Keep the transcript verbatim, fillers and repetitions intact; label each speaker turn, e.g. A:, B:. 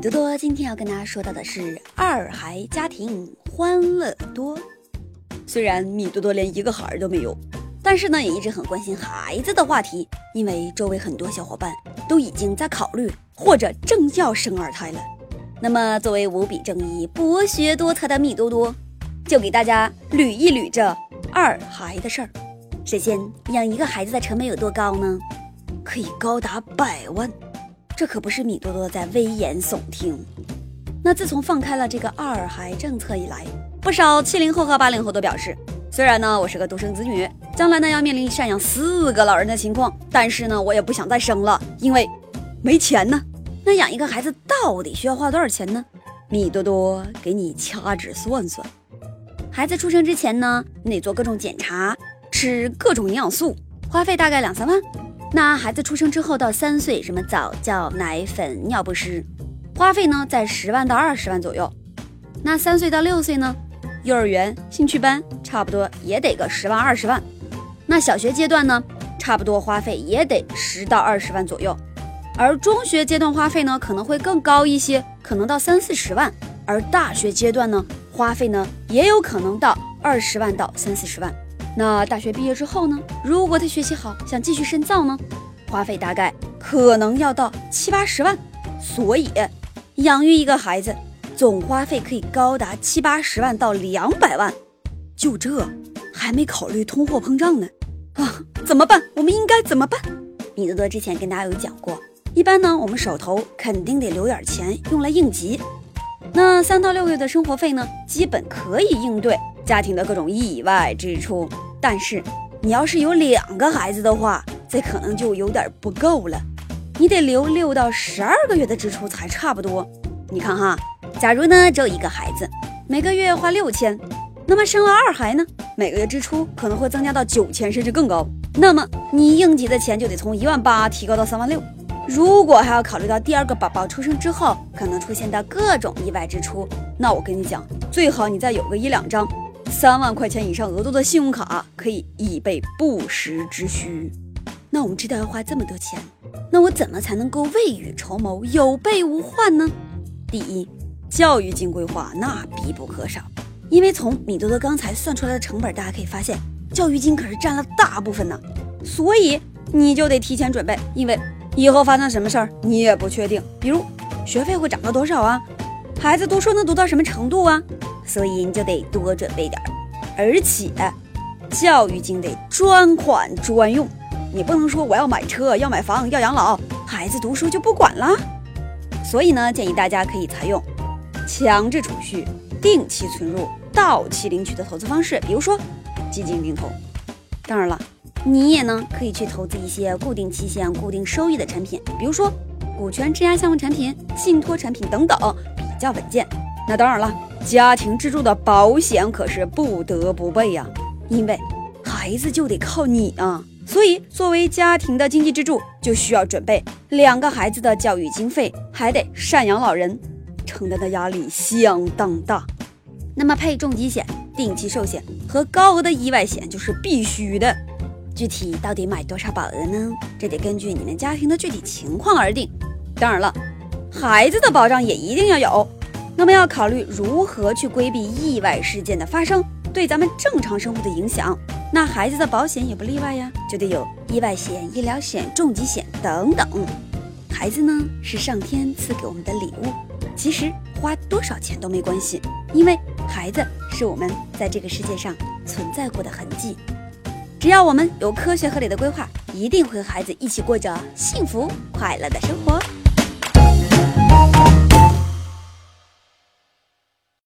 A: 多多今天要跟大家说到的是二孩家庭欢乐多。虽然米多多连一个孩儿都没有，但是呢也一直很关心孩子的话题，因为周围很多小伙伴都已经在考虑或者正要生二胎了。那么作为无比正义博学多才的米多多，就给大家捋一捋这二孩的事儿。首先，养一个孩子的成本有多高呢？可以高达百万，这可不是米多多在危言耸听。那自从放开了这个二孩政策以来，不少七零后和八零后都表示，虽然呢我是个独生子女，将来呢要面临赡养四个老人的情况，但是呢我也不想再生了，因为没钱呢。那养一个孩子到底需要花多少钱呢？米多多给你掐指算算。孩子出生之前呢，你得做各种检查，吃各种营养素，花费大概两三万。那孩子出生之后到三岁，什么早教、奶粉、尿不湿，花费呢在十万到二十万左右。那三岁到六岁呢，幼儿园、兴趣班差不多也得个十万二十万。那小学阶段呢，差不多花费也得十到二十万左右。而中学阶段花费呢可能会更高一些，可能到三四十万。而大学阶段呢，花费呢也有可能到二十万到三四十万。那大学毕业之后呢，如果他学习好，想继续深造呢，花费大概可能要到七八十万。所以养育一个孩子总花费可以高达七八十万到两百万，就这还没考虑通货膨胀呢啊！怎么办？我们应该怎么办？米多多之前跟大家有讲过，一般呢我们手头肯定得留点钱用来应急。那三到六个月的生活费呢，基本可以应对家庭的各种意外支出。但是你要是有两个孩子的话，这可能就有点不够了，你得留六到十二个月的支出才差不多。你看哈，假如呢只有一个孩子，每个月花六千，那么生了二孩呢，每个月支出可能会增加到九千甚至更高。那么你应急的钱就得从一万八提高到三万六。如果还要考虑到第二个宝宝出生之后可能出现的各种意外支出，那我跟你讲，最好你再有个一两张三万块钱以上额度的信用卡，可以以备不时之需。那我们知道要花这么多钱，那我怎么才能够未雨绸缪，有备无患呢？第一，教育金规划那必不可少。因为从米多多刚才算出来的成本，大家可以发现教育金可是占了大部分呢，所以你就得提前准备，因为以后发生什么事儿你也不确定，比如学费会涨到多少啊，孩子读书能读到什么程度啊，所以你就得多准备点。而且教育金得专款专用，你不能说我要买车要买房要养老，孩子读书就不管了。所以呢，建议大家可以采用强制储蓄、定期存入、到期领取的投资方式，比如说基金定投。当然了，你也呢可以去投资一些固定期限、固定收益的产品，比如说股权质押项目产品、信托产品等等，比较稳健。那当然了，家庭支柱的保险可是不得不备呀、啊，因为孩子就得靠你啊。所以作为家庭的经济支柱，就需要准备两个孩子的教育经费，还得赡养老人，承担的压力相当大。那么配重疾险、定期寿险和高额的意外险就是必须的。具体到底买多少保额呢？这得根据你们家庭的具体情况而定。当然了，孩子的保障也一定要有。那么要考虑如何去规避意外事件的发生对咱们正常生活的影响，那孩子的保险也不例外呀，就得有意外险、医疗险、重疾险等等。孩子呢是上天赐给我们的礼物，其实花多少钱都没关系，因为孩子是我们在这个世界上存在过的痕迹。只要我们有科学合理的规划，一定会和孩子一起过着幸福快乐的生活。